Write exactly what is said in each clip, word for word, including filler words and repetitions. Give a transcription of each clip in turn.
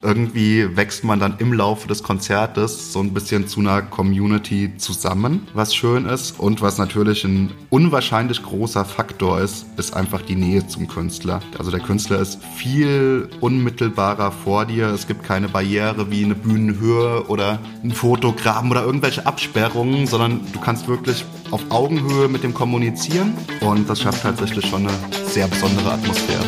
Irgendwie wächst man dann im Laufe des Konzertes so ein bisschen zu einer Community zusammen, was schön ist. Und was natürlich ein unwahrscheinlich großer Faktor ist, ist einfach die Nähe zum Künstler. Also der Künstler ist viel unmittelbarer vor dir. Es gibt keine Barriere wie eine Bühnenhöhe oder ein Fotograben oder irgendwelche Absperrungen, sondern du kannst wirklich auf Augenhöhe mit dem kommunizieren. Und das schafft tatsächlich schon eine sehr besondere Atmosphäre.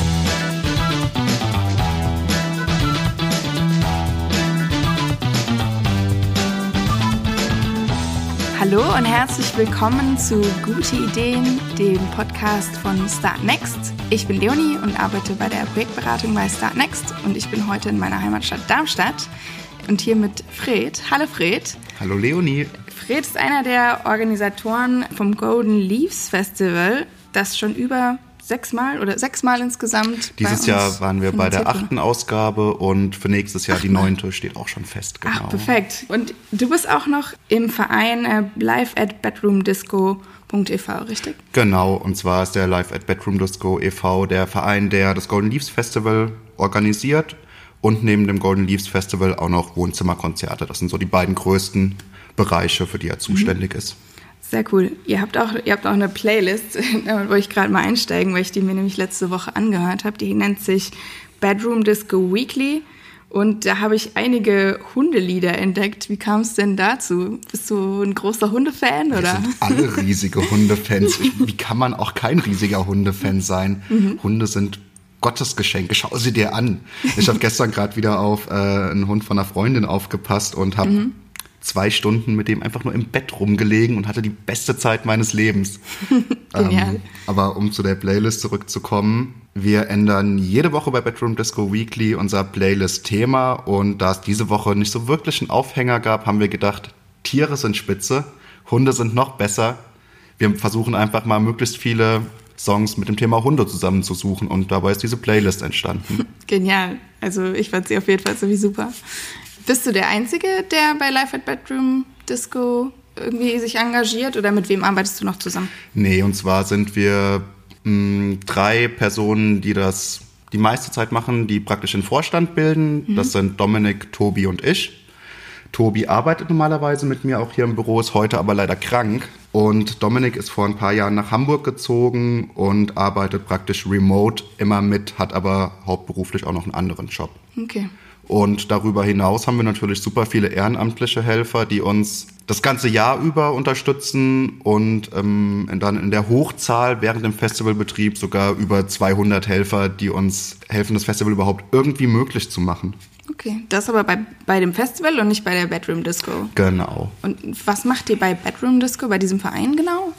Hallo und herzlich willkommen zu Gute Ideen, dem Podcast von Start Next. Ich bin Leonie und arbeite bei der Projektberatung bei Start Next und ich bin heute in meiner Heimatstadt Darmstadt und hier mit Fred. Hallo Fred. Hallo Leonie. Fred ist einer der Organisatoren vom Golden Leaves Festival, das schon über sechsmal oder sechsmal insgesamt. Dieses Jahr waren wir bei der achten Ausgabe und für nächstes Jahr Ach, die neunte steht auch schon fest. Genau. Ach, perfekt. Und du bist auch noch im Verein äh, Live at Bedroom Disco Punkt e v, richtig? Genau, und zwar ist der Live at Bedroom Disco e v der Verein, der das Golden Leaves Festival organisiert und neben dem Golden Leaves Festival auch noch Wohnzimmerkonzerte. Das sind so die beiden größten Bereiche, für die er zuständig mhm. ist. Sehr cool. Ihr habt auch, ihr habt auch eine Playlist, da wollte ich gerade mal einsteigen, weil ich die mir nämlich letzte Woche angehört habe. Die nennt sich Bedroom Disco Weekly und da habe ich einige Hundelieder entdeckt. Wie kam es denn dazu? Bist du ein großer Hundefan, oder? Wir sind alle riesige Hundefans. Wie kann man auch kein riesiger Hundefan sein? Mhm. Hunde sind Gottesgeschenke. Schau sie dir an. Ich habe gestern gerade wieder auf äh, einen Hund von einer Freundin aufgepasst und habe mhm. zwei Stunden mit dem einfach nur im Bett rumgelegen und hatte die beste Zeit meines Lebens. Genial. Ähm, aber um zu der Playlist zurückzukommen, wir ändern jede Woche bei Bedroom Disco Weekly unser Playlist-Thema und da es diese Woche nicht so wirklich einen Aufhänger gab, haben wir gedacht, Tiere sind spitze, Hunde sind noch besser. Wir versuchen einfach mal möglichst viele Songs mit dem Thema Hunde zusammenzusuchen und dabei ist diese Playlist entstanden. Genial. Also ich fand sie auf jeden Fall so wie super. Bist du der Einzige, der bei Live at Bedroom Disco irgendwie sich engagiert oder mit wem arbeitest du noch zusammen? Nee, und zwar sind wir mh, drei Personen, die das die meiste Zeit machen, die praktisch den Vorstand bilden. Mhm. Das sind Dominik, Tobi und ich. Tobi arbeitet normalerweise mit mir auch hier im Büro, ist heute aber leider krank. Und Dominik ist vor ein paar Jahren nach Hamburg gezogen und arbeitet praktisch remote immer mit, hat aber hauptberuflich auch noch einen anderen Job. Okay. Und darüber hinaus haben wir natürlich super viele ehrenamtliche Helfer, die uns das ganze Jahr über unterstützen und ähm, dann in der Hochzahl während dem Festivalbetrieb sogar über zweihundert Helfer, die uns helfen, das Festival überhaupt irgendwie möglich zu machen. Okay, das aber bei, bei dem Festival und nicht bei der Bedroom Disco. Genau. Und was macht ihr bei Bedroom Disco, bei diesem Verein genau?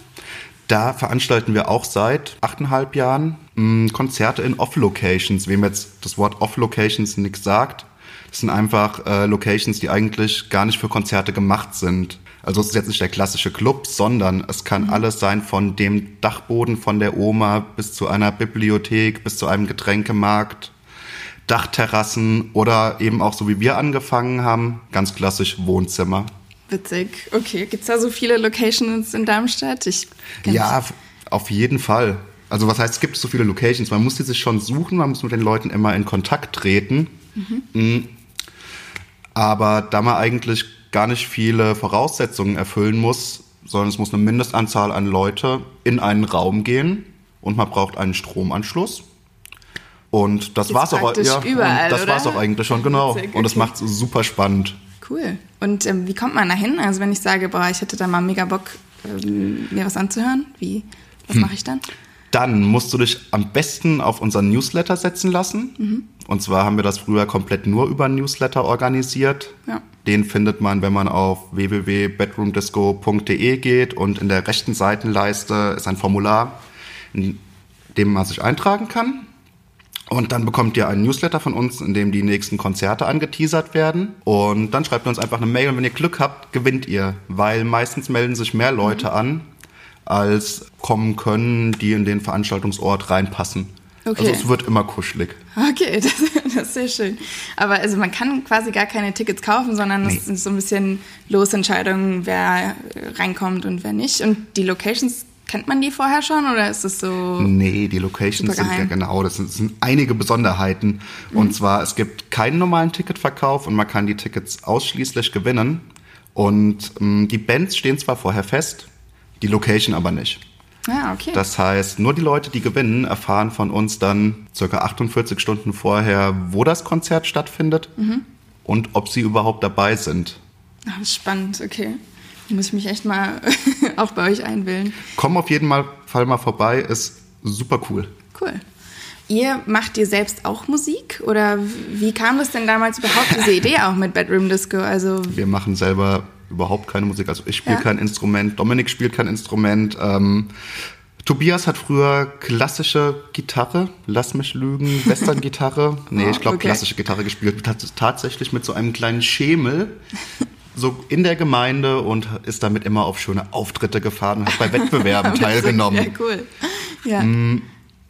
Da veranstalten wir auch seit achteinhalb Jahren mh, Konzerte in Off-Locations. Wem jetzt das Wort Off-Locations nichts sagt, das sind einfach äh, Locations, die eigentlich gar nicht für Konzerte gemacht sind. Also es ist jetzt nicht der klassische Club, sondern es kann mhm. alles sein von dem Dachboden von der Oma bis zu einer Bibliothek, bis zu einem Getränkemarkt, Dachterrassen oder eben auch so wie wir angefangen haben, ganz klassisch Wohnzimmer. Witzig. Okay, gibt's da so viele Locations in Darmstadt? Ich ja, auf jeden Fall. Also was heißt, es gibt so viele Locations? Man muss die sich schon suchen, man muss mit den Leuten immer in Kontakt treten. Mhm. Aber da man eigentlich gar nicht viele Voraussetzungen erfüllen muss, sondern es muss eine Mindestanzahl an Leute in einen Raum gehen und man braucht einen Stromanschluss. Und das war's auch, ja, überall, und das oder? war's auch eigentlich schon, genau. Witzig, okay. Und das macht's super spannend. Cool. Und ähm, wie kommt man da hin? Also wenn ich sage, boah, ich hätte da mal mega Bock, ähm, mir was anzuhören, wie, was hm. mache ich dann? Dann musst du dich am besten auf unseren Newsletter setzen lassen. Mhm. Und zwar haben wir das früher komplett nur über Newsletter organisiert. Ja. Den findet man, wenn man auf w w w punkt bedroom disco punkt d e geht und in der rechten Seitenleiste ist ein Formular, in dem man sich eintragen kann. Und dann bekommt ihr einen Newsletter von uns, in dem die nächsten Konzerte angeteasert werden. Und dann schreibt ihr uns einfach eine Mail und wenn ihr Glück habt, gewinnt ihr. Weil meistens melden sich mehr Leute mhm. an, als kommen können, die in den Veranstaltungsort reinpassen. Okay. Also es wird immer kuschelig. Okay, das, das ist sehr schön. Aber also man kann quasi gar keine Tickets kaufen, sondern es nee. ist so ein bisschen Losentscheidung, wer reinkommt und wer nicht. Und die Locations kennt man die vorher schon oder ist es so? Nee, die Locations sind ja genau, das sind, das sind einige Besonderheiten. Mhm. Und zwar, es gibt keinen normalen Ticketverkauf und man kann die Tickets ausschließlich gewinnen. Und ähm, die Bands stehen zwar vorher fest, die Location aber nicht. Ah, okay. Das heißt, nur die Leute, die gewinnen, erfahren von uns dann circa achtundvierzig Stunden vorher, wo das Konzert stattfindet mhm. und ob sie überhaupt dabei sind. Ach, spannend, okay. Da muss ich mich echt mal auch bei euch einwählen. Komm auf jeden Fall mal vorbei, ist super cool. Cool. Ihr macht ihr selbst auch Musik? Oder wie kam das denn damals überhaupt, diese Idee auch mit Bedroom Disco? Also wir machen selber überhaupt keine Musik. Also ich spiele ja. kein Instrument, Dominik spielt kein Instrument. Ähm, Tobias hat früher klassische Gitarre, lass mich lügen, Western-Gitarre. Nee, oh, ich glaube okay. klassische Gitarre gespielt. Hat tatsächlich mit so einem kleinen Schemel so in der Gemeinde und ist damit immer auf schöne Auftritte gefahren und hat bei Wettbewerben teilgenommen. Ja, cool. Ja. Mm,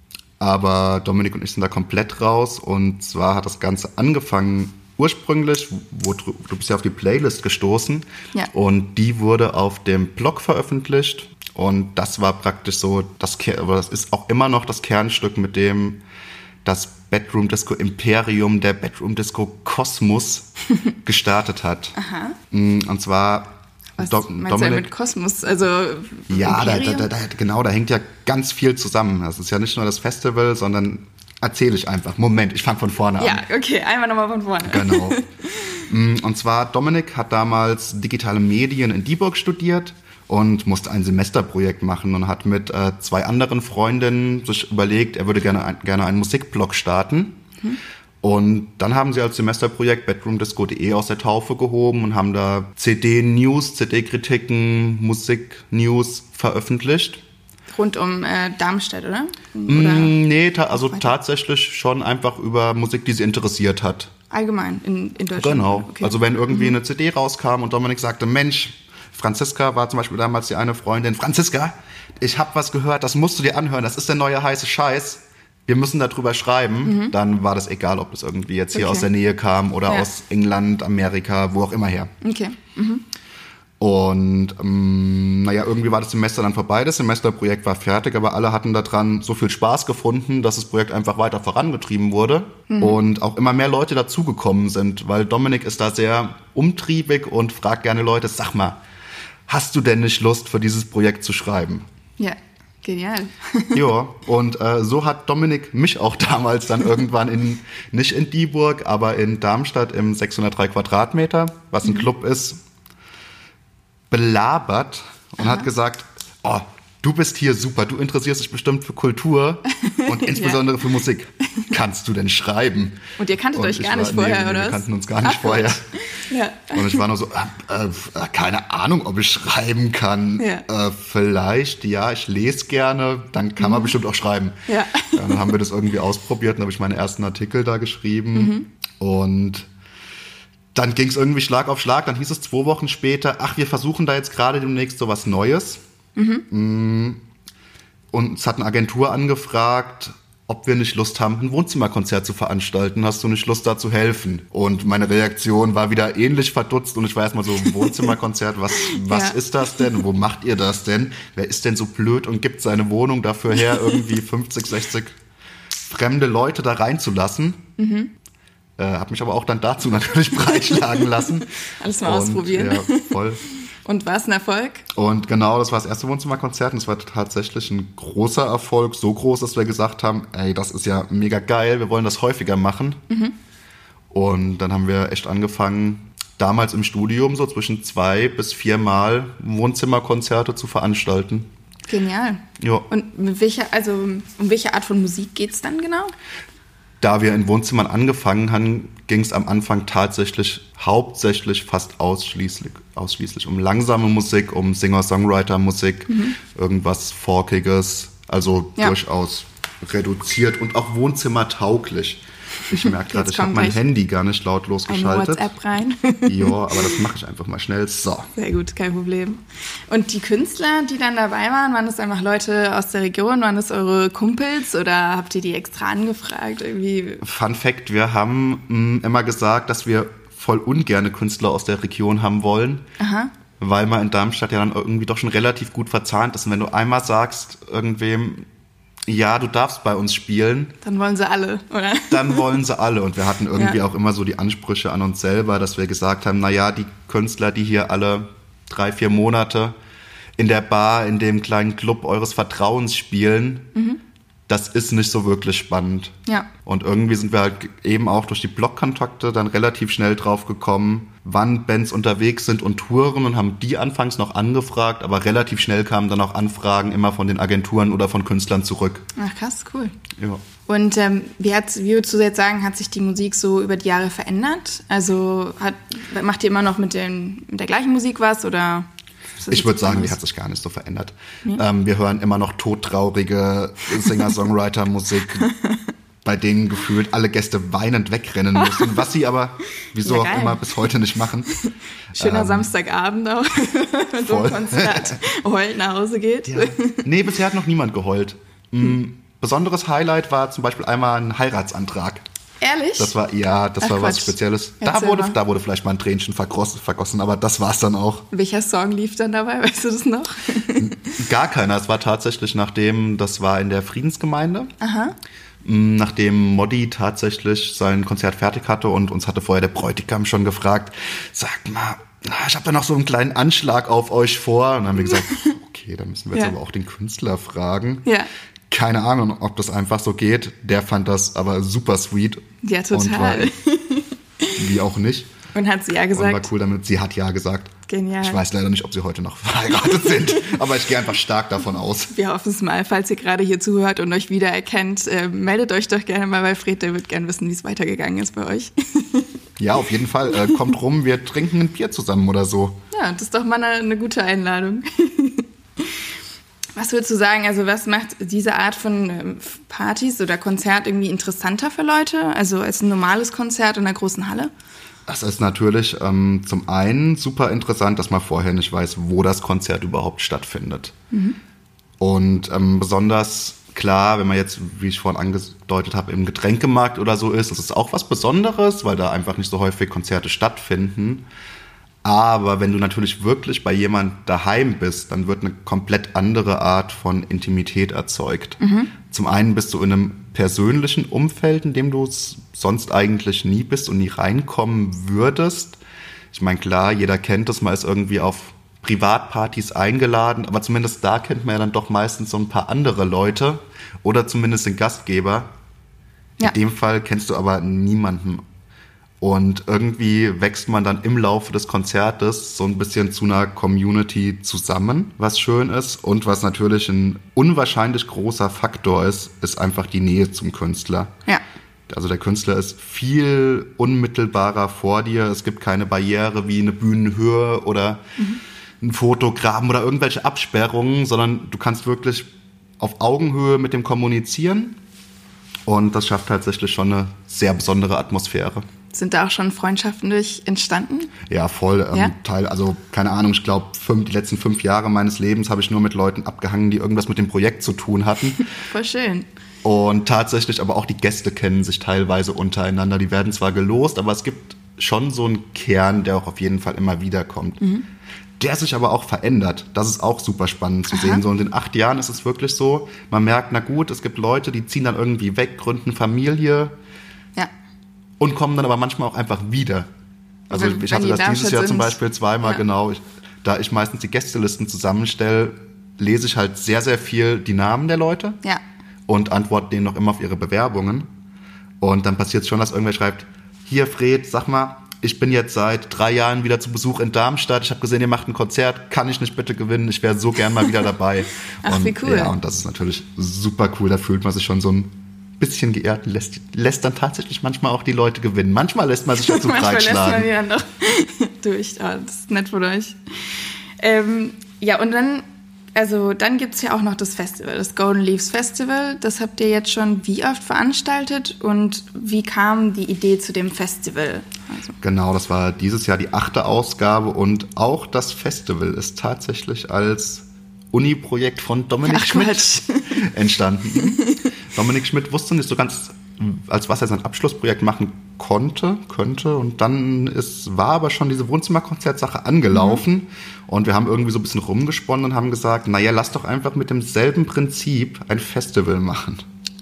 aber Dominik und ich sind da komplett raus. Und zwar hat das Ganze angefangen ursprünglich, wo du, du bist ja auf die Playlist gestoßen. Ja. Und die wurde auf dem Blog veröffentlicht. Und das war praktisch so, das, aber das ist auch immer noch das Kernstück, mit dem das Bedroom Disco Imperium, der Bedroom Disco Kosmos gestartet hat. Aha. Und zwar Was Do- meinst Dominik, du mit Kosmos? Also ja, da, da, da, genau, da hängt ja ganz viel zusammen. Das ist ja nicht nur das Festival, sondern erzähle ich einfach. Moment, ich fange von vorne an. Ja, okay, einmal nochmal von vorne. Genau. Und zwar, Dominik hat damals digitale Medien in Dieburg studiert und musste ein Semesterprojekt machen und hat mit äh, zwei anderen Freundinnen sich überlegt, er würde gerne, ein, gerne einen Musikblog starten. Mhm. Und dann haben sie als Semesterprojekt bedroom disco punkt de aus der Taufe gehoben und haben da C D-News, C D-Kritiken, Musik-News veröffentlicht. Rund um äh, Darmstadt, oder? oder? Mm, nee, ta- also tatsächlich schon einfach über Musik, die sie interessiert hat. Allgemein in, in Deutschland? Genau. Okay. Also wenn irgendwie mhm. eine C D rauskam und Dominik sagte, Mensch, Franziska war zum Beispiel damals die eine Freundin, Franziska, ich habe was gehört, das musst du dir anhören, das ist der neue heiße Scheiß. Wir müssen darüber schreiben, mhm. dann war das egal, ob das irgendwie jetzt hier okay. aus der Nähe kam oder ja. aus England, Amerika, wo auch immer her. Okay. Mhm. Und ähm, naja, irgendwie war das Semester dann vorbei, das Semesterprojekt war fertig, aber alle hatten daran so viel Spaß gefunden, dass das Projekt einfach weiter vorangetrieben wurde mhm. und auch immer mehr Leute dazugekommen sind, weil Dominik ist da sehr umtriebig und fragt gerne Leute, sag mal, hast du denn nicht Lust, für dieses Projekt zu schreiben? Ja. Genial. Ja, und äh, so hat Dominik mich auch damals dann irgendwann in, nicht in Dieburg, aber in Darmstadt im sechshundertdrei Quadratmeter, was ein mhm. Club ist, belabert und Aha. hat gesagt, oh, du bist hier super, du interessierst dich bestimmt für Kultur und insbesondere ja. für Musik. Kannst du denn schreiben? Und ihr kanntet und euch gar nicht war, vorher, nee, oder? Wir kannten uns gar nicht Ach, vorher. Ja. Und ich war nur so, äh, äh, keine Ahnung, ob ich schreiben kann. Ja. Äh, vielleicht, ja, ich lese gerne, dann kann mhm. man bestimmt auch schreiben. Ja. Ja, dann haben wir das irgendwie ausprobiert und habe ich meine ersten Artikel da geschrieben. Mhm. Und dann ging es irgendwie Schlag auf Schlag. Dann hieß es zwei Wochen später, ach, wir versuchen da jetzt gerade demnächst so was Neues. Mhm. Und es hat eine Agentur angefragt, ob wir nicht Lust haben, ein Wohnzimmerkonzert zu veranstalten. Hast du nicht Lust, da zu helfen? Und meine Reaktion war wieder ähnlich verdutzt und ich war erstmal so, Wohnzimmerkonzert, was, was ja. ist das denn? Wo macht ihr das denn? Wer ist denn so blöd und gibt seine Wohnung dafür her, irgendwie fünfzig, sechzig fremde Leute da reinzulassen? Mhm. Äh, hab mich aber auch dann dazu natürlich breitschlagen lassen. Alles mal und, ausprobieren. Ja, voll. Und war es ein Erfolg? Und genau, das war das erste Wohnzimmerkonzert und es war tatsächlich ein großer Erfolg, so groß, dass wir gesagt haben, ey, das ist ja mega geil, wir wollen das häufiger machen. Mhm. Und dann haben wir echt angefangen, damals im Studium so zwischen zwei bis viermal Wohnzimmerkonzerte zu veranstalten. Genial. Ja. Und mit welcher, also um welche Art von Musik geht es dann genau? Da wir in Wohnzimmern angefangen haben, ging es am Anfang tatsächlich hauptsächlich fast ausschließlich, ausschließlich um langsame Musik, um Singer-Songwriter-Musik, mhm. irgendwas Folkiges, also ja. durchaus reduziert und auch wohnzimmertauglich. Ich merke gerade, ich habe mein Handy gar nicht lautlos geschaltet. Eine WhatsApp rein. Ja, aber das mache ich einfach mal schnell. So. Sehr gut, kein Problem. Und die Künstler, die dann dabei waren, waren das einfach Leute aus der Region? Waren das eure Kumpels oder habt ihr die extra angefragt? Irgendwie? Fun Fact, wir haben mh, immer gesagt, dass wir voll ungerne Künstler aus der Region haben wollen. Aha. weil man in Darmstadt ja dann irgendwie doch schon relativ gut verzahnt ist. Und wenn du einmal sagst irgendwem, ja, du darfst bei uns spielen. Dann wollen sie alle, oder? Dann wollen sie alle. Und wir hatten irgendwie ja. auch immer so die Ansprüche an uns selber, dass wir gesagt haben, naja, die Künstler, die hier alle drei, vier Monate in der Bar, in dem kleinen Club eures Vertrauens spielen, mhm. das ist nicht so wirklich spannend. Ja. Und irgendwie sind wir halt eben auch durch die Blogkontakte dann relativ schnell drauf gekommen, wann Bands unterwegs sind und touren und haben die anfangs noch angefragt, aber relativ schnell kamen dann auch Anfragen immer von den Agenturen oder von Künstlern zurück. Ach krass, cool. Ja. Und ähm, wie, hat's, wie würdest du jetzt sagen, hat sich die Musik so über die Jahre verändert? Also hat, macht ihr immer noch mit, den, mit der gleichen Musik was oder... Ich würde sagen, die hat sich gar nicht so verändert. Nee. Ähm, wir hören immer noch todtraurige Singer-Songwriter-Musik, bei denen gefühlt alle Gäste weinend wegrennen müssen, was sie aber, wieso ja, auch immer, bis heute nicht machen. Schöner ähm, Samstagabend auch, wenn so ein Konzert heulend nach Hause geht. Ja. Nee, bisher hat noch niemand geheult. Hm. Besonderes Highlight war zum Beispiel einmal ein Heiratsantrag. Ehrlich? Das war, ja, das Ach, war was Quatsch. Spezielles. Da wurde, da wurde vielleicht mal ein Tränchen vergossen, vergossen, aber das war's dann auch. Welcher Song lief dann dabei? Weißt du das noch? Gar keiner. Es war tatsächlich nachdem, das war in der Friedensgemeinde. Aha. Nachdem Modi tatsächlich sein Konzert fertig hatte und uns hatte vorher der Bräutigam schon gefragt, sagt mal, ich habe da noch so einen kleinen Anschlag auf euch vor. Und dann haben wir gesagt, okay, dann müssen wir jetzt ja. aber auch den Künstler fragen. Ja. Keine Ahnung, ob das einfach so geht. Der fand das aber super sweet. Ja, total. Und war, wie auch nicht. Und hat sie ja gesagt? Und war cool damit. Sie hat ja gesagt. Genial. Ich weiß leider nicht, ob sie heute noch verheiratet sind. Aber ich gehe einfach stark davon aus. Wir hoffen es mal. Falls ihr gerade hier zuhört und euch wiedererkennt, äh, meldet euch doch gerne mal bei Fred. Der wird gerne wissen, wie es weitergegangen ist bei euch. Ja, auf jeden Fall. Äh, kommt rum, wir trinken ein Bier zusammen oder so. Ja, das ist doch mal eine, eine gute Einladung. Was würdest du sagen, also was macht diese Art von Partys oder Konzert irgendwie interessanter für Leute? Also als ein normales Konzert in einer großen Halle? Das ist natürlich ähm, zum einen super interessant, dass man vorher nicht weiß, wo das Konzert überhaupt stattfindet. Mhm. Und ähm, besonders klar, wenn man jetzt, wie ich vorhin angedeutet habe, im Getränkemarkt oder so ist, das ist auch was Besonderes, weil da einfach nicht so häufig Konzerte stattfinden. Aber wenn du natürlich wirklich bei jemand daheim bist, dann wird eine komplett andere Art von Intimität erzeugt. Mhm. Zum einen bist du in einem persönlichen Umfeld, in dem du sonst eigentlich nie bist und nie reinkommen würdest. Ich meine, klar, jeder kennt das, man ist irgendwie auf Privatpartys eingeladen, aber zumindest da kennt man ja dann doch meistens so ein paar andere Leute oder zumindest den Gastgeber. Ja. In dem Fall kennst du aber niemanden. Und irgendwie wächst man dann im Laufe des Konzertes so ein bisschen zu einer Community zusammen, was schön ist. Und was natürlich ein unwahrscheinlich großer Faktor ist, ist einfach die Nähe zum Künstler. Ja. Also der Künstler ist viel unmittelbarer vor dir. Es gibt keine Barriere wie eine Bühnenhöhe oder mhm. ein Fotogramm oder irgendwelche Absperrungen, sondern du kannst wirklich auf Augenhöhe mit dem kommunizieren. Und das schafft tatsächlich schon eine sehr besondere Atmosphäre. Sind da auch schon Freundschaften durch entstanden? Ja, voll. Ähm, ja? Teil, also keine Ahnung, ich glaube, die letzten fünf Jahre meines Lebens habe ich nur mit Leuten abgehangen, die irgendwas mit dem Projekt zu tun hatten. Voll schön. Und tatsächlich, aber auch die Gäste kennen sich teilweise untereinander. Die werden zwar gelost, aber es gibt schon so einen Kern, der auch auf jeden Fall immer wieder kommt. Mhm. Der sich aber auch verändert. Das ist auch super spannend zu Aha. sehen. So in den acht Jahren ist es wirklich so, man merkt, na gut, es gibt Leute, die ziehen dann irgendwie weg, gründen Familie. Ja. Und kommen dann aber manchmal auch einfach wieder. Also wenn, ich hatte das dieses Jahr sind. zum Beispiel zweimal, ja. genau. Ich, da ich meistens die Gästelisten zusammenstelle, lese ich halt sehr, sehr viel die Namen der Leute ja. und antworte denen noch immer auf ihre Bewerbungen. Und dann passiert es schon, dass irgendwer schreibt, hier Fred, sag mal, ich bin jetzt seit drei Jahren wieder zu Besuch in Darmstadt. Ich habe gesehen, ihr macht ein Konzert. Kann ich nicht bitte gewinnen? Ich wäre so gern mal wieder dabei. Ach, und, wie cool. Ja, und das ist natürlich super cool. Da fühlt man sich schon so ein bisschen geehrt und lässt, lässt dann tatsächlich manchmal auch die Leute gewinnen. Manchmal lässt man sich dazu breitschlagen. Manchmal lässt man die dann noch durch. Oh, das ist nett von euch. Ähm, ja, und dann, also dann gibt es ja auch noch das Festival, das Golden Leaves Festival. Das habt ihr jetzt schon wie oft veranstaltet und wie kam die Idee zu dem Festival? Also. Genau, das war dieses Jahr die achte Ausgabe und auch das Festival ist tatsächlich als Uni-Projekt von Dominik Ach, Schmidt entstanden. Dominik Schmidt wusste nicht so ganz, als was er sein Abschlussprojekt machen konnte, könnte. Und dann ist, war aber schon diese Wohnzimmerkonzertsache angelaufen. Mhm. Und wir haben irgendwie so ein bisschen rumgesponnen und haben gesagt, naja, lass doch einfach mit demselben Prinzip ein Festival machen.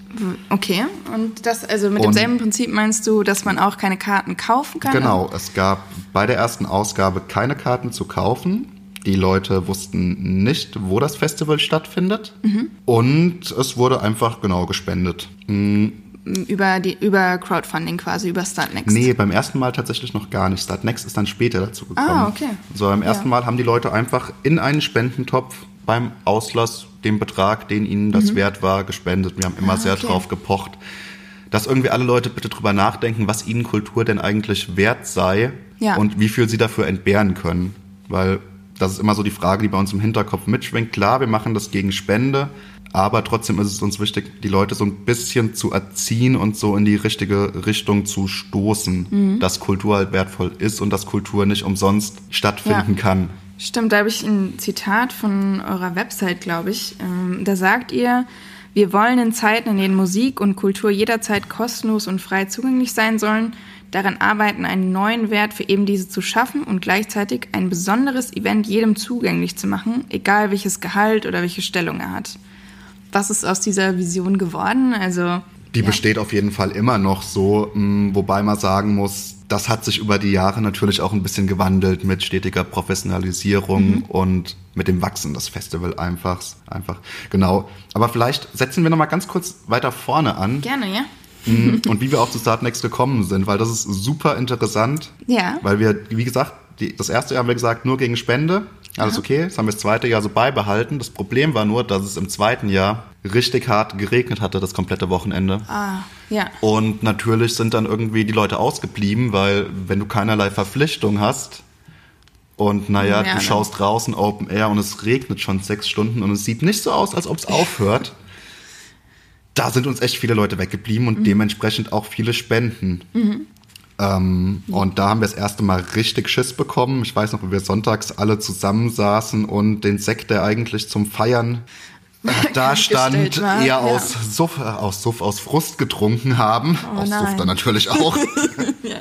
Okay, und das, also mit und demselben Prinzip meinst du, dass man auch keine Karten kaufen kann? Genau, es gab bei der ersten Ausgabe keine Karten zu kaufen. Die Leute wussten nicht, wo das Festival stattfindet. Mhm. Und es wurde einfach genau gespendet. Mhm. Über, die, über Crowdfunding quasi, über Startnext? Nee, beim ersten Mal tatsächlich noch gar nicht. Startnext ist dann später dazu gekommen. Ah, okay. So, beim ersten ja. Mal haben die Leute einfach in einen Spendentopf beim Auslass den Betrag, den ihnen das mhm. wert war, gespendet. Wir haben immer ah, sehr okay. drauf gepocht, dass irgendwie alle Leute bitte drüber nachdenken, was ihnen Kultur denn eigentlich wert sei ja. und wie viel sie dafür entbehren können. Weil das ist immer so die Frage, die bei uns im Hinterkopf mitschwingt. Klar, wir machen das gegen Spende, aber trotzdem ist es uns wichtig, die Leute so ein bisschen zu erziehen und so in die richtige Richtung zu stoßen, mhm. dass Kultur halt wertvoll ist und dass Kultur nicht umsonst stattfinden ja. kann. Stimmt, da habe ich ein Zitat von eurer Website, glaube ich. Ähm, da sagt ihr, wir wollen in Zeiten, in denen Musik und Kultur jederzeit kostenlos und frei zugänglich sein sollen, daran arbeiten, einen neuen Wert für eben diese zu schaffen und gleichzeitig ein besonderes Event jedem zugänglich zu machen, egal welches Gehalt oder welche Stellung er hat. Was ist aus dieser Vision geworden? Also Die ja. besteht auf jeden Fall immer noch so, wobei man sagen muss, das hat sich über die Jahre natürlich auch ein bisschen gewandelt mit stetiger Professionalisierung mhm. und mit dem Wachsen des Festivals einfach. einfach. Genau. Aber vielleicht setzen wir noch mal ganz kurz weiter vorne an. Gerne, ja. Und wie wir auch zu Startnext gekommen sind, weil das ist super interessant. Ja. Weil wir, wie gesagt, die, das erste Jahr haben wir gesagt, nur gegen Spende. Alles Aha. okay, das haben wir das zweite Jahr so beibehalten. Das Problem war nur, dass es im zweiten Jahr richtig hart geregnet hatte, das komplette Wochenende. Ah, ja. Und natürlich sind dann irgendwie die Leute ausgeblieben, weil wenn du keinerlei Verpflichtung hast und naja, ja, du schaust draußen Open Air und es regnet schon sechs Stunden und es sieht nicht so aus, als ob es aufhört, da sind uns echt viele Leute weggeblieben und mhm. dementsprechend auch viele Spenden. Mhm. Ähm, ja. Und da haben wir das erste Mal richtig Schiss bekommen. Ich weiß noch, wie wir sonntags alle zusammensaßen und den Sekt, der eigentlich zum Feiern äh, da stand, eher ja. aus Suff, äh, aus Suff, aus Frust getrunken haben. Oh, aus nein. Suff dann natürlich auch. ja.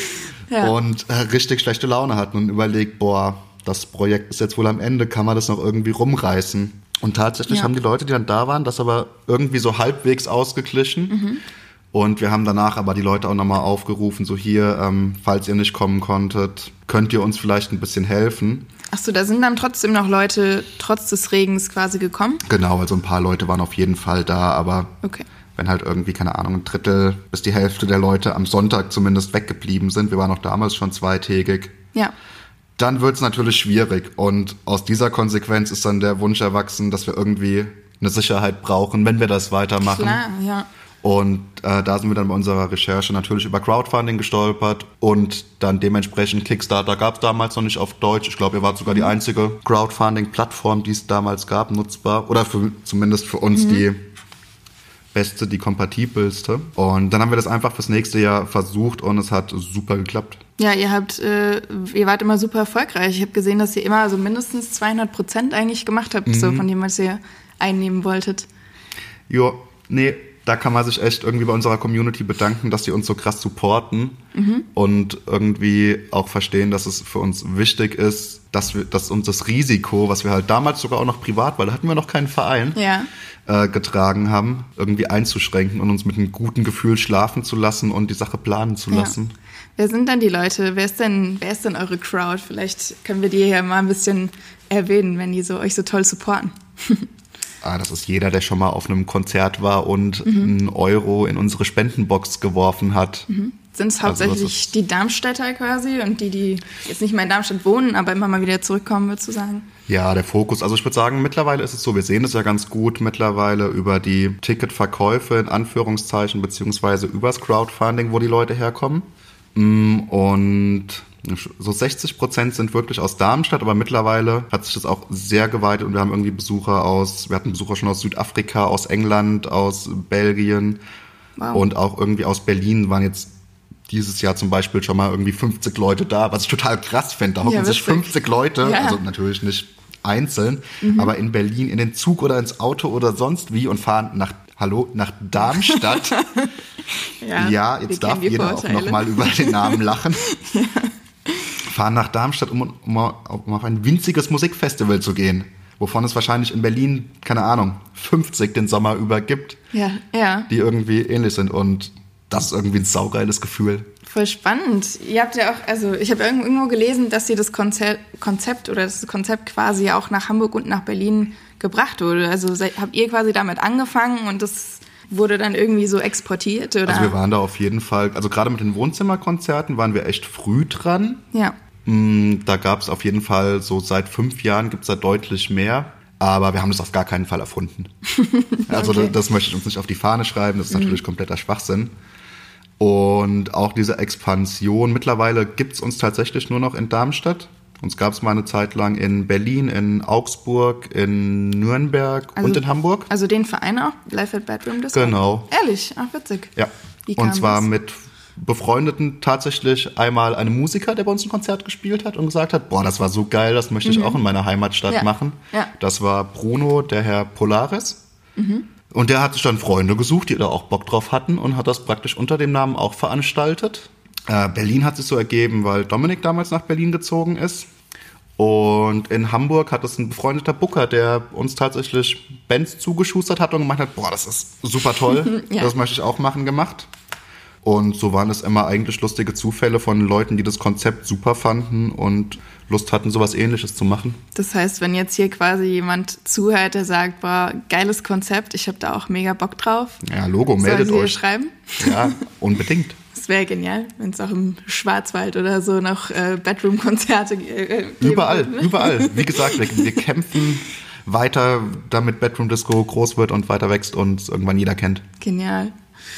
Ja. Und äh, richtig schlechte Laune hatten und überlegt, boah, das Projekt ist jetzt wohl am Ende, kann man das noch irgendwie rumreißen? Und tatsächlich ja. haben die Leute, die dann da waren, das aber irgendwie so halbwegs ausgeglichen. Mhm. Und wir haben danach aber die Leute auch nochmal aufgerufen, so hier, ähm, falls ihr nicht kommen konntet, könnt ihr uns vielleicht ein bisschen helfen. Ach so, da sind dann trotzdem noch Leute trotz des Regens quasi gekommen? Genau, also ein paar Leute waren auf jeden Fall da, aber okay. wenn halt irgendwie, keine Ahnung, ein Drittel bis die Hälfte der Leute am Sonntag zumindest weggeblieben sind, wir waren auch damals schon zweitägig, ja. dann wird es natürlich schwierig. Und aus dieser Konsequenz ist dann der Wunsch erwachsen, dass wir irgendwie eine Sicherheit brauchen, wenn wir das weitermachen. Klar, ja. Und äh, da sind wir dann bei unserer Recherche natürlich über Crowdfunding gestolpert und dann dementsprechend Kickstarter gab es damals noch nicht auf Deutsch. Ich glaube, ihr wart sogar mhm. die einzige Crowdfunding-Plattform, die es damals gab, nutzbar. Oder für, zumindest für uns mhm. die beste, die kompatibelste. Und dann haben wir das einfach fürs nächste Jahr versucht und es hat super geklappt. Ja, ihr habt, äh, ihr wart immer super erfolgreich. Ich habe gesehen, dass ihr immer so mindestens zweihundert Prozent eigentlich gemacht habt, mhm. so von dem, was ihr einnehmen wolltet. Jo, nee. Da kann man sich echt irgendwie bei unserer Community bedanken, dass die uns so krass supporten mhm. und irgendwie auch verstehen, dass es für uns wichtig ist, dass wir, dass uns das Risiko, was wir halt damals sogar auch noch privat, weil da hatten wir noch keinen Verein, ja. äh, getragen haben, irgendwie einzuschränken und uns mit einem guten Gefühl schlafen zu lassen und die Sache planen zu lassen. Ja. Wer sind denn die Leute? Wer ist denn, wer ist denn eure Crowd? Vielleicht können wir die hier mal ein bisschen erwähnen, wenn die so euch so toll supporten. Ah, das ist jeder, der schon mal auf einem Konzert war und mhm. einen Euro in unsere Spendenbox geworfen hat. Mhm. Sind es hauptsächlich also die Darmstädter quasi und die, die jetzt nicht mehr in Darmstadt wohnen, aber immer mal wieder zurückkommen, würdest du sagen? Ja, der Fokus. Also ich würde sagen, mittlerweile ist es so, wir sehen es ja ganz gut mittlerweile über die Ticketverkäufe in Anführungszeichen beziehungsweise übers Crowdfunding, wo die Leute herkommen. Und so sechzig Prozent sind wirklich aus Darmstadt, aber mittlerweile hat sich das auch sehr geweitet und wir haben irgendwie Besucher aus, wir hatten Besucher schon aus Südafrika, aus England, aus Belgien wow. und auch irgendwie aus Berlin waren jetzt dieses Jahr zum Beispiel schon mal irgendwie fünfzig Leute da, was ich total krass finde. Da hocken ja, sich fünfzig Leute, ja. also natürlich nicht einzeln, mhm. aber in Berlin in den Zug oder ins Auto oder sonst wie und fahren nach Hallo, nach Darmstadt. ja, ja, jetzt darf jeder auch nochmal über den Namen lachen. ja. Fahren nach Darmstadt, um, um, um auf ein winziges Musikfestival zu gehen, wovon es wahrscheinlich in Berlin, keine Ahnung, fünfzig den Sommer über gibt, ja, ja. die irgendwie ähnlich sind. Und das ist irgendwie ein saugeiles Gefühl. Voll spannend. Ihr habt ja auch, also ich habe irgendwo gelesen, dass ihr das Konzept, Konzept oder das Konzept quasi auch nach Hamburg und nach Berlin gebracht wurde. Also habt ihr quasi damit angefangen und das wurde dann irgendwie so exportiert, oder? Also wir waren da auf jeden Fall, also gerade mit den Wohnzimmerkonzerten waren wir echt früh dran. Ja. Da gab es auf jeden Fall, so seit fünf Jahren gibt es da deutlich mehr. Aber wir haben das auf gar keinen Fall erfunden. Also okay. das, das möchte ich uns nicht auf die Fahne schreiben, das ist natürlich mhm. kompletter Schwachsinn. Und auch diese Expansion, mittlerweile gibt es uns tatsächlich nur noch in Darmstadt. Uns gab es mal eine Zeit lang in Berlin, in Augsburg, in Nürnberg also, und in Hamburg. Also den Verein auch, Live at Bedroom Disco? Genau. Ehrlich? Ach, witzig. Ja, und zwar das? mit Befreundeten tatsächlich einmal einem Musiker, der bei uns ein Konzert gespielt hat und gesagt hat, boah, das war so geil, das möchte ich mhm. auch in meiner Heimatstadt ja. machen. Ja. Das war Bruno, der Herr Polaris. Mhm. Und der hat sich dann Freunde gesucht, die da auch Bock drauf hatten und hat das praktisch unter dem Namen auch veranstaltet. Äh, Berlin hat sich so ergeben, weil Dominik damals nach Berlin gezogen ist. Und in Hamburg hat es ein befreundeter Booker, der uns tatsächlich Bands zugeschustert hat und gemeint hat, boah, das ist super toll, ja. das möchte ich auch machen, gemacht. Und so waren es immer eigentlich lustige Zufälle von Leuten, die das Konzept super fanden und Lust hatten, sowas Ähnliches zu machen. Das heißt, wenn jetzt hier quasi jemand zuhört, der sagt, boah, geiles Konzept, ich habe da auch mega Bock drauf. Ja, Logo, meldet euch. Schreiben? Ja, unbedingt. Das wäre genial, wenn es auch im Schwarzwald oder so noch äh, Bedroom-Konzerte äh, geben Überall, würde. überall. Wie gesagt, wir, wir kämpfen weiter, damit Bedroom Disco groß wird und weiter wächst und es irgendwann jeder kennt. Genial.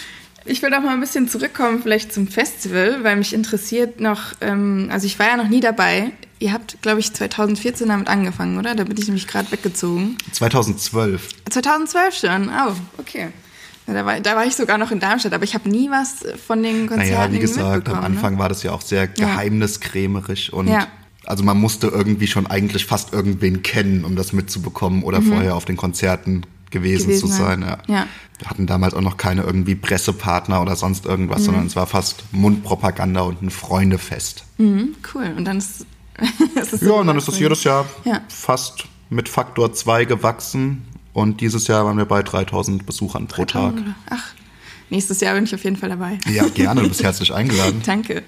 Ich will auch mal ein bisschen zurückkommen vielleicht zum Festival, weil mich interessiert noch, ähm, also ich war ja noch nie dabei. Ihr habt, glaube ich, zwanzig vierzehn damit angefangen, oder? Da bin ich nämlich gerade weggezogen. zwanzig zwölf. zwanzig zwölf schon? Oh, okay. Ja, da, war, da war ich sogar noch in Darmstadt, aber ich habe nie was von den Konzerten Naja, wie gesagt, am Anfang ne? war das ja auch sehr geheimniskrämerisch und ja. also man musste irgendwie schon eigentlich fast irgendwen kennen, um das mitzubekommen oder mhm. vorher auf den Konzerten gewesen, gewesen zu sein. Ja. Ja. Wir hatten damals auch noch keine irgendwie Pressepartner oder sonst irgendwas, mhm. sondern es war fast Mundpropaganda und ein Freundefest. Mhm, cool. Und dann ist, ist es Ja, und dann ist es jedes Jahr ja. fast mit Faktor zwei gewachsen. Und dieses Jahr waren wir bei dreitausend Besuchern pro Tag. Ach, nächstes Jahr bin ich auf jeden Fall dabei. Ja, gerne, du bist herzlich eingeladen. Danke.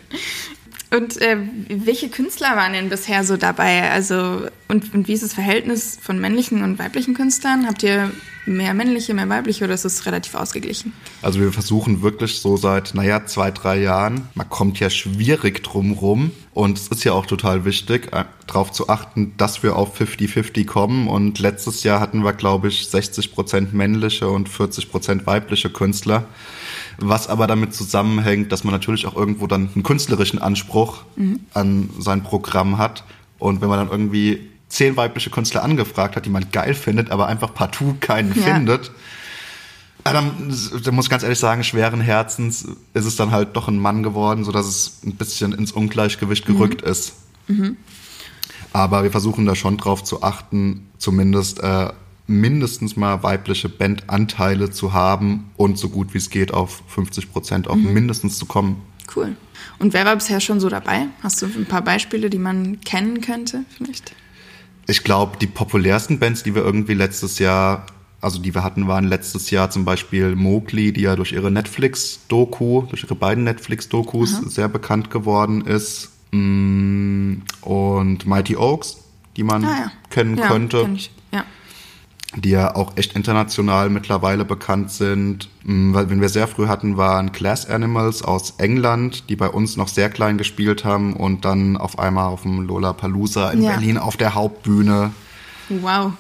Und äh, welche Künstler waren denn bisher so dabei? Also und, und wie ist das Verhältnis von männlichen und weiblichen Künstlern? Habt ihr mehr männliche, mehr weibliche oder ist es relativ ausgeglichen? Also wir versuchen wirklich so seit, naja, zwei, drei Jahren, man kommt ja schwierig drum rum und es ist ja auch total wichtig, darauf zu achten, dass wir auf fünfzig fünfzig kommen und letztes Jahr hatten wir, glaube ich, sechzig Prozent männliche und vierzig Prozent weibliche Künstler. Was aber damit zusammenhängt, dass man natürlich auch irgendwo dann einen künstlerischen Anspruch mhm. an sein Programm hat. Und wenn man dann irgendwie zehn weibliche Künstler angefragt hat, die man geil findet, aber einfach partout keinen ja. findet, dann, dann muss ich ganz ehrlich sagen, schweren Herzens ist es dann halt doch ein Mann geworden, sodass es ein bisschen ins Ungleichgewicht gerückt mhm. ist. Mhm. Aber wir versuchen da schon drauf zu achten, zumindest äh, mindestens mal weibliche Bandanteile zu haben und so gut wie es geht auf fünfzig Prozent auch mhm. mindestens zu kommen. Cool. Und wer war bisher schon so dabei? Hast du ein paar Beispiele, die man kennen könnte vielleicht? Ich glaube, die populärsten Bands, die wir irgendwie letztes Jahr, also die wir hatten, waren letztes Jahr zum Beispiel Mowgli, die ja durch ihre Netflix-Doku, durch ihre beiden Netflix-Dokus Aha. sehr bekannt geworden ist. Und Mighty Oaks, die man ah, ja. kennen ja, könnte. Kenn ich. Ja. Die ja auch echt international mittlerweile bekannt sind. Weil, wenn wir sehr früh hatten, waren Glass Animals aus England, die bei uns noch sehr klein gespielt haben und dann auf einmal auf dem Lollapalooza in ja. Berlin auf der Hauptbühne. Wow.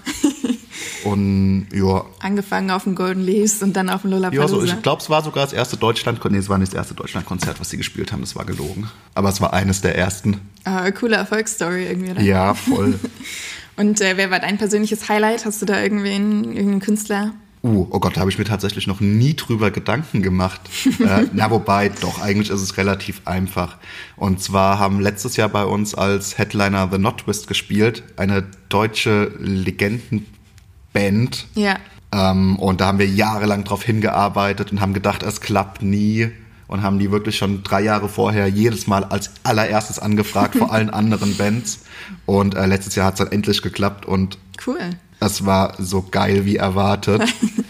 Und ja. Angefangen auf dem Golden Leaves und dann auf dem Lollapalooza. Ja, so, ich glaube, es war sogar das erste Deutschland, nee, es war nicht das erste Deutschlandkonzert, was sie gespielt haben, das war gelogen. Aber es war eines der ersten. Ah, coole Erfolgsstory irgendwie, oder? Ja, voll. Und äh, wer war dein persönliches Highlight? Hast du da irgendwen, irgendeinen Künstler? Uh, oh Gott, da habe ich mir tatsächlich noch nie drüber Gedanken gemacht. äh, na, wobei, doch, eigentlich ist es relativ einfach. Und zwar haben letztes Jahr bei uns als Headliner The Not Twist gespielt, eine deutsche Legendenband. Ja. Ähm, und da haben wir jahrelang drauf hingearbeitet und haben gedacht, es klappt nie. Und haben die wirklich schon drei Jahre vorher jedes Mal als allererstes angefragt vor allen anderen Bands. Und äh, letztes Jahr hat es dann endlich geklappt und cool. Es war so geil wie erwartet.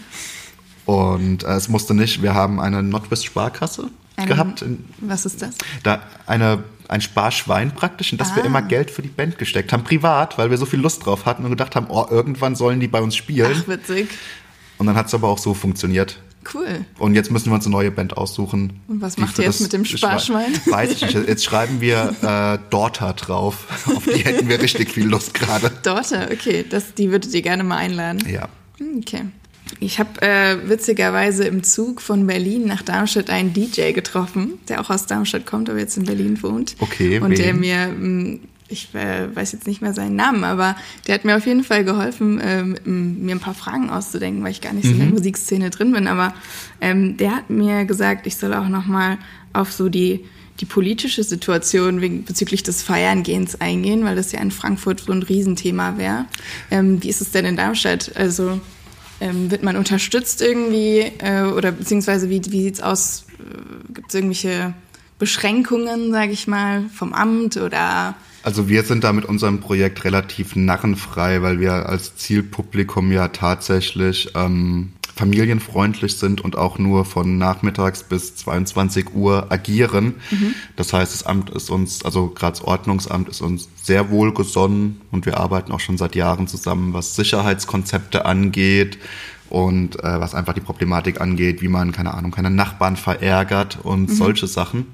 Und äh, es musste nicht, wir haben eine Nordwest-Sparkasse Ein, gehabt. In, was ist das? Da eine, ein Sparschwein praktisch, in das ah. wir immer Geld für die Band gesteckt haben, privat, weil wir so viel Lust drauf hatten und gedacht haben, oh, irgendwann sollen die bei uns spielen. Ach, witzig. Und dann hat es aber auch so funktioniert. Cool. Und jetzt müssen wir uns eine neue Band aussuchen. Und was macht ihr jetzt mit dem Sparschwein? Weiß ich nicht. Jetzt schreiben wir äh, Daughter drauf. Auf die hätten wir richtig viel Lust gerade. Daughter, okay. Das, die würdet ihr gerne mal einladen. Ja. Okay. Ich habe äh, witzigerweise im Zug von Berlin nach Darmstadt einen D J getroffen, der auch aus Darmstadt kommt, aber jetzt in Berlin wohnt. Okay, Und wen? der mir... Mh, ich äh, weiß jetzt nicht mehr seinen Namen, aber der hat mir auf jeden Fall geholfen, ähm, mir ein paar Fragen auszudenken, weil ich gar nicht so mhm. in der Musikszene drin bin. Aber ähm, der hat mir gesagt, ich soll auch nochmal auf so die, die politische Situation wegen, bezüglich des Feiern-Gehens eingehen, weil das ja in Frankfurt so ein Riesenthema wäre. Ähm, wie ist es denn in Darmstadt? Also ähm, wird man unterstützt irgendwie äh, oder beziehungsweise wie, wie sieht es aus? Äh, gibt es irgendwelche Beschränkungen, sage ich mal, vom Amt oder... Also wir sind da mit unserem Projekt relativ narrenfrei, weil wir als Zielpublikum ja tatsächlich ähm, familienfreundlich sind und auch nur von nachmittags bis zweiundzwanzig Uhr agieren. Mhm. Das heißt, das Amt ist uns, also gerade das Ordnungsamt ist uns sehr wohlgesonnen und wir arbeiten auch schon seit Jahren zusammen, was Sicherheitskonzepte angeht und äh, was einfach die Problematik angeht, wie man, keine Ahnung, keine Nachbarn verärgert und mhm. solche Sachen.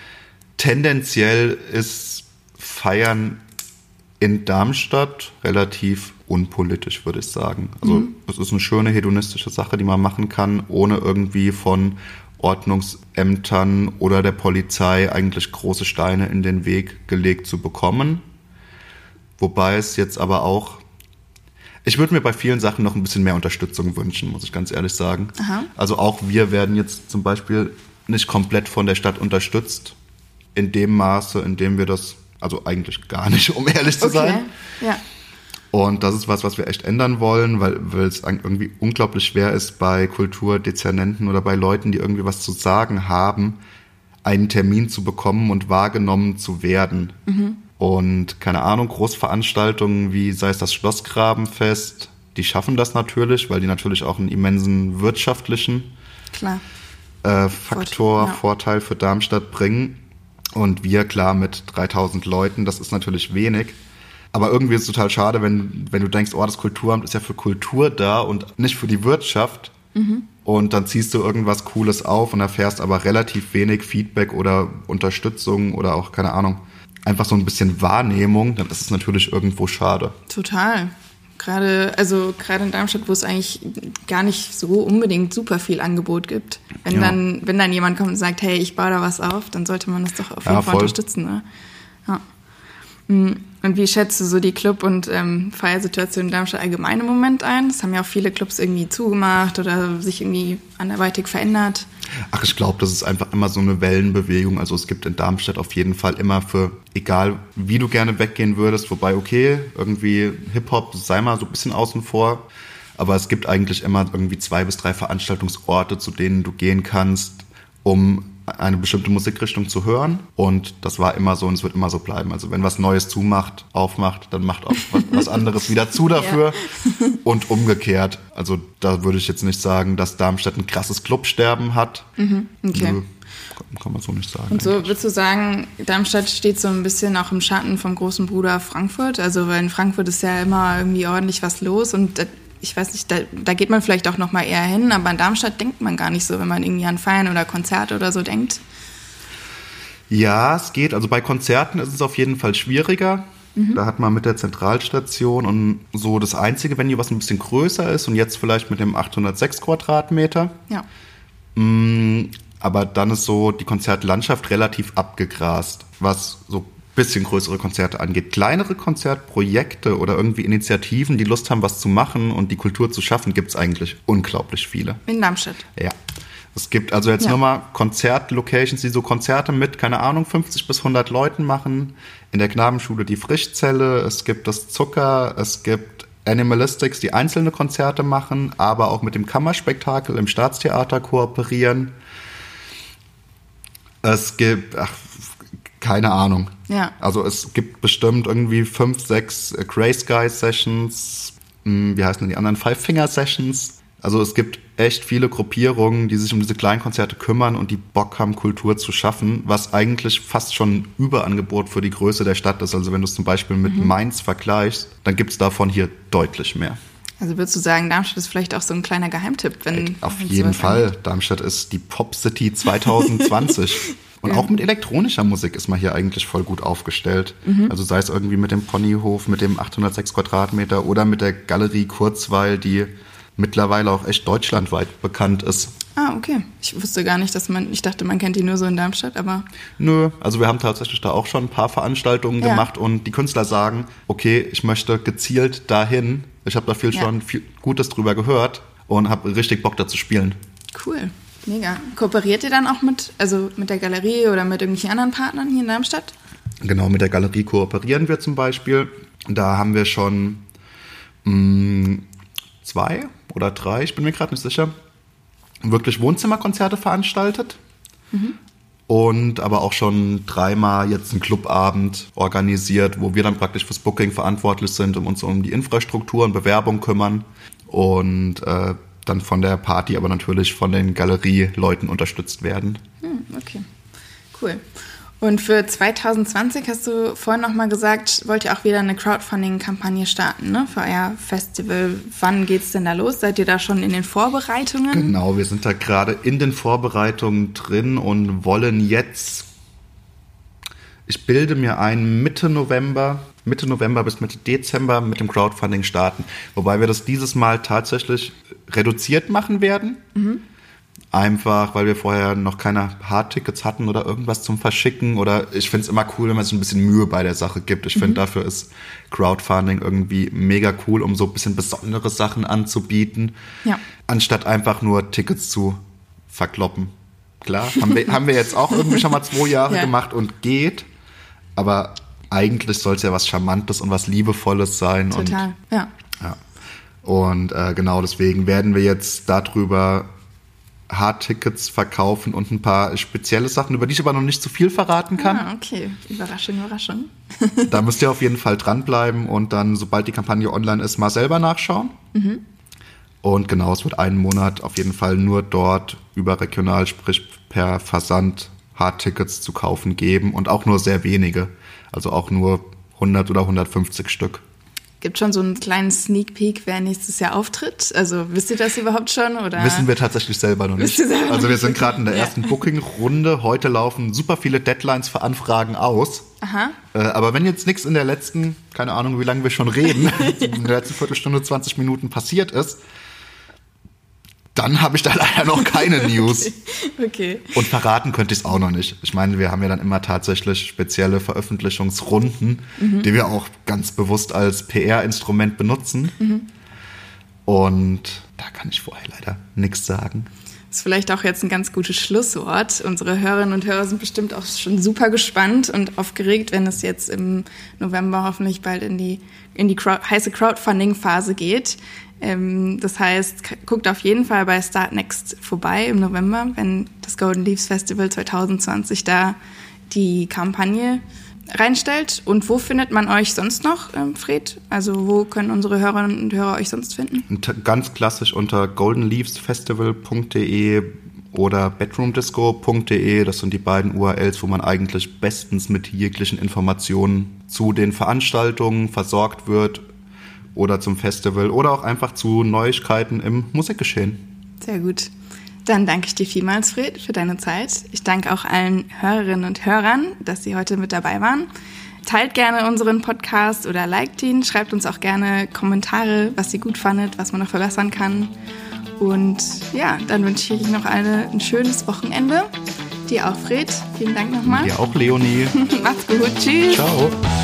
Tendenziell ist Feiern in Darmstadt relativ unpolitisch, würde ich sagen. Also mhm. es ist eine schöne hedonistische Sache, die man machen kann, ohne irgendwie von Ordnungsämtern oder der Polizei eigentlich große Steine in den Weg gelegt zu bekommen. Wobei es jetzt aber auch, ich würde mir bei vielen Sachen noch ein bisschen mehr Unterstützung wünschen, muss ich ganz ehrlich sagen. Aha. Also auch wir werden jetzt zum Beispiel nicht komplett von der Stadt unterstützt, in dem Maße, in dem wir das, also eigentlich gar nicht, um ehrlich zu okay. sein. Ja. Und das ist was, was wir echt ändern wollen, weil, weil es irgendwie unglaublich schwer ist, bei Kulturdezernenten oder bei Leuten, die irgendwie was zu sagen haben, einen Termin zu bekommen und wahrgenommen zu werden. Mhm. Und keine Ahnung, Großveranstaltungen wie sei es das Schlossgrabenfest, die schaffen das natürlich, weil die natürlich auch einen immensen wirtschaftlichen Klar. Äh, Faktor, ja. Vorteil für Darmstadt bringen. Und wir, klar, mit dreitausend Leuten, das ist natürlich wenig. Aber irgendwie ist es total schade, wenn, wenn du denkst, oh, das Kulturamt ist ja für Kultur da und nicht für die Wirtschaft. Mhm. Und dann ziehst du irgendwas Cooles auf und erfährst aber relativ wenig Feedback oder Unterstützung oder auch, keine Ahnung, einfach so ein bisschen Wahrnehmung. Dann ist es natürlich irgendwo schade. Total. Gerade, also gerade in Darmstadt, wo es eigentlich gar nicht so unbedingt super viel Angebot gibt. Wenn, ja. dann, wenn dann jemand kommt und sagt, hey, ich baue da was auf, dann sollte man das doch auf jeden ja, Fall unterstützen. Ne? Ja. Und wie schätzt du so die Club- und ähm, Feiersituation in Darmstadt allgemein im Moment ein? Das haben ja auch viele Clubs irgendwie zugemacht oder sich irgendwie anderweitig verändert. Ach, ich glaube, das ist einfach immer so eine Wellenbewegung. Also es gibt in Darmstadt auf jeden Fall immer für, egal wie du gerne weggehen würdest, wobei okay, irgendwie Hip-Hop sei mal so ein bisschen außen vor. Aber es gibt eigentlich immer irgendwie zwei bis drei Veranstaltungsorte, zu denen du gehen kannst, um eine bestimmte Musikrichtung zu hören. Und das war immer so und es wird immer so bleiben. Also wenn was Neues zumacht, aufmacht, dann macht auch was, was anderes wieder zu dafür. Ja. Und umgekehrt. Also da würde ich jetzt nicht sagen, dass Darmstadt ein krasses Clubsterben hat. Mhm, okay. Nö, kann man so nicht sagen. Und so eigentlich. würdest du sagen, Darmstadt steht so ein bisschen auch im Schatten vom großen Bruder Frankfurt? Also weil in Frankfurt ist ja immer irgendwie ordentlich was los und ich weiß nicht, da, da geht man vielleicht auch noch mal eher hin, aber in Darmstadt denkt man gar nicht so, wenn man irgendwie an Feiern oder Konzerte oder so denkt. Ja, es geht. Also bei Konzerten ist es auf jeden Fall schwieriger. Mhm. Da hat man mit der Zentralstation und so das einzige Venue, was ein bisschen größer ist und jetzt vielleicht mit dem achthundertsechs Quadratmeter. Ja. Mm, aber dann ist so die Konzertlandschaft relativ abgegrast, was so bisschen größere Konzerte angeht. Kleinere Konzertprojekte oder irgendwie Initiativen, die Lust haben, was zu machen und die Kultur zu schaffen, gibt es eigentlich unglaublich viele. In Darmstadt? Ja. Es gibt also jetzt ja. nur mal Konzertlocations, die so Konzerte mit, keine Ahnung, fünfzig bis hundert Leuten machen. In der Knabenschule die Frischzelle, es gibt das Zucker, es gibt Animalistics, die einzelne Konzerte machen, aber auch mit dem Kammerspektakel im Staatstheater kooperieren. Es gibt, ach, keine Ahnung. Ja. Also es gibt bestimmt irgendwie fünf, sechs Grey Sky Sessions, wie heißen denn die anderen? Five Finger Sessions. Also es gibt echt viele Gruppierungen, die sich um diese kleinen Konzerte kümmern und die Bock haben, Kultur zu schaffen, was eigentlich fast schon ein Überangebot für die Größe der Stadt ist. Also wenn du es zum Beispiel mit mhm. Mainz vergleichst, dann gibt es davon hier deutlich mehr. Also würdest du sagen, Darmstadt ist vielleicht auch so ein kleiner Geheimtipp? Wenn Auf jeden Fall. Angeht. Darmstadt ist die Pop City zwanzig zwanzig. Und ja. auch mit elektronischer Musik ist man hier eigentlich voll gut aufgestellt. Mhm. Also sei es irgendwie mit dem Ponyhof, mit dem achthundertsechs Quadratmeter oder mit der Galerie Kurzweil, die mittlerweile auch echt deutschlandweit bekannt ist. Ah, okay. Ich wusste gar nicht, dass man, ich dachte, man kennt die nur so in Darmstadt, aber... Nö, also wir haben tatsächlich da auch schon ein paar Veranstaltungen ja. gemacht und die Künstler sagen, okay, ich möchte gezielt dahin. Ich habe da viel ja. schon viel Gutes drüber gehört und habe richtig Bock da zu spielen. Cool. Mega. Kooperiert ihr dann auch mit, also mit der Galerie oder mit irgendwelchen anderen Partnern hier in Darmstadt? Genau, mit der Galerie kooperieren wir zum Beispiel. Da haben wir schon mh, zwei oder drei, ich bin mir gerade nicht sicher, wirklich Wohnzimmerkonzerte veranstaltet. Mhm. Und aber auch schon dreimal jetzt einen Clubabend organisiert, wo wir dann praktisch fürs Booking verantwortlich sind und uns um die Infrastruktur und Bewerbung kümmern. Und äh, dann von der Party aber natürlich von den Galerieleuten unterstützt werden. Hm, okay, cool. Und für zwanzig zwanzig hast du vorhin noch mal gesagt, wollt ihr auch wieder eine Crowdfunding-Kampagne starten, ne? Für euer Festival. Wann geht's denn da los? Seid ihr da schon in den Vorbereitungen? Genau, wir sind da gerade in den Vorbereitungen drin und wollen jetzt, ich bilde mir ein, Mitte November, Mitte November bis Mitte Dezember mit dem Crowdfunding starten. Wobei wir das dieses Mal tatsächlich reduziert machen werden. Mhm. Einfach, weil wir vorher noch keine Hardtickets hatten oder irgendwas zum Verschicken. Oder ich finde es immer cool, wenn man sich ein bisschen Mühe bei der Sache gibt. Ich mhm. finde, dafür ist Crowdfunding irgendwie mega cool, um so ein bisschen besondere Sachen anzubieten. Ja. Anstatt einfach nur Tickets zu verkloppen. Klar, haben wir, haben wir jetzt auch irgendwie schon mal zwei Jahre ja. gemacht und geht. Aber eigentlich soll es ja was Charmantes und was Liebevolles sein. Total, und, ja. ja. Und äh, genau deswegen werden wir jetzt darüber Hardtickets verkaufen und ein paar spezielle Sachen, über die ich aber noch nicht zu viel verraten kann. Ah, okay. Überraschung, Überraschung. Da müsst ihr auf jeden Fall dranbleiben und dann, sobald die Kampagne online ist, mal selber nachschauen. Mhm. Und genau, es wird einen Monat auf jeden Fall nur dort überregional, sprich per Versand, Hardtickets zu kaufen geben und auch nur sehr wenige. Also auch nur hundert oder hundertfünfzig Stück. Gibt schon so einen kleinen Sneak Peek, wer nächstes Jahr auftritt? Also wisst ihr das überhaupt schon? Oder? Wissen wir tatsächlich selber noch nicht. Selber also wir sind gerade in der ersten ja. Booking-Runde. Heute laufen super viele Deadlines für Anfragen aus. Aha. Äh, aber wenn jetzt nichts in der letzten, keine Ahnung, wie lange wir schon reden, in der letzten Viertelstunde, zwanzig Minuten passiert ist, dann habe ich da leider noch keine News. Okay. okay. Und verraten könnte ich es auch noch nicht. Ich meine, wir haben ja dann immer tatsächlich spezielle Veröffentlichungsrunden, mhm. die wir auch ganz bewusst als P R-Instrument benutzen. Mhm. Und da kann ich vorher leider nichts sagen. Das ist vielleicht auch jetzt ein ganz gutes Schlusswort. Unsere Hörerinnen und Hörer sind bestimmt auch schon super gespannt und aufgeregt, wenn es jetzt im November hoffentlich bald in die, in die Crowd, heiße Crowdfunding-Phase geht. Das heißt, guckt auf jeden Fall bei Start Next vorbei im November, wenn das Golden Leaves Festival zwanzig zwanzig da die Kampagne reinstellt. Und wo findet man euch sonst noch, Fred? Also wo können unsere Hörerinnen und Hörer euch sonst finden? Ganz klassisch unter golden leaves festival punkt de oder bedroom disco punkt de. Das sind die beiden U R Ls, wo man eigentlich bestens mit jeglichen Informationen zu den Veranstaltungen versorgt wird. Oder zum Festival oder auch einfach zu Neuigkeiten im Musikgeschehen. Sehr gut. Dann danke ich dir vielmals, Fred, für deine Zeit. Ich danke auch allen Hörerinnen und Hörern, dass sie heute mit dabei waren. Teilt gerne unseren Podcast oder liked ihn. Schreibt uns auch gerne Kommentare, was ihr gut fandet, was man noch verbessern kann. Und ja, dann wünsche ich euch noch eine, ein schönes Wochenende. Dir auch, Fred. Vielen Dank nochmal. Dir auch, Leonie. Macht's gut. Tschüss. Ciao.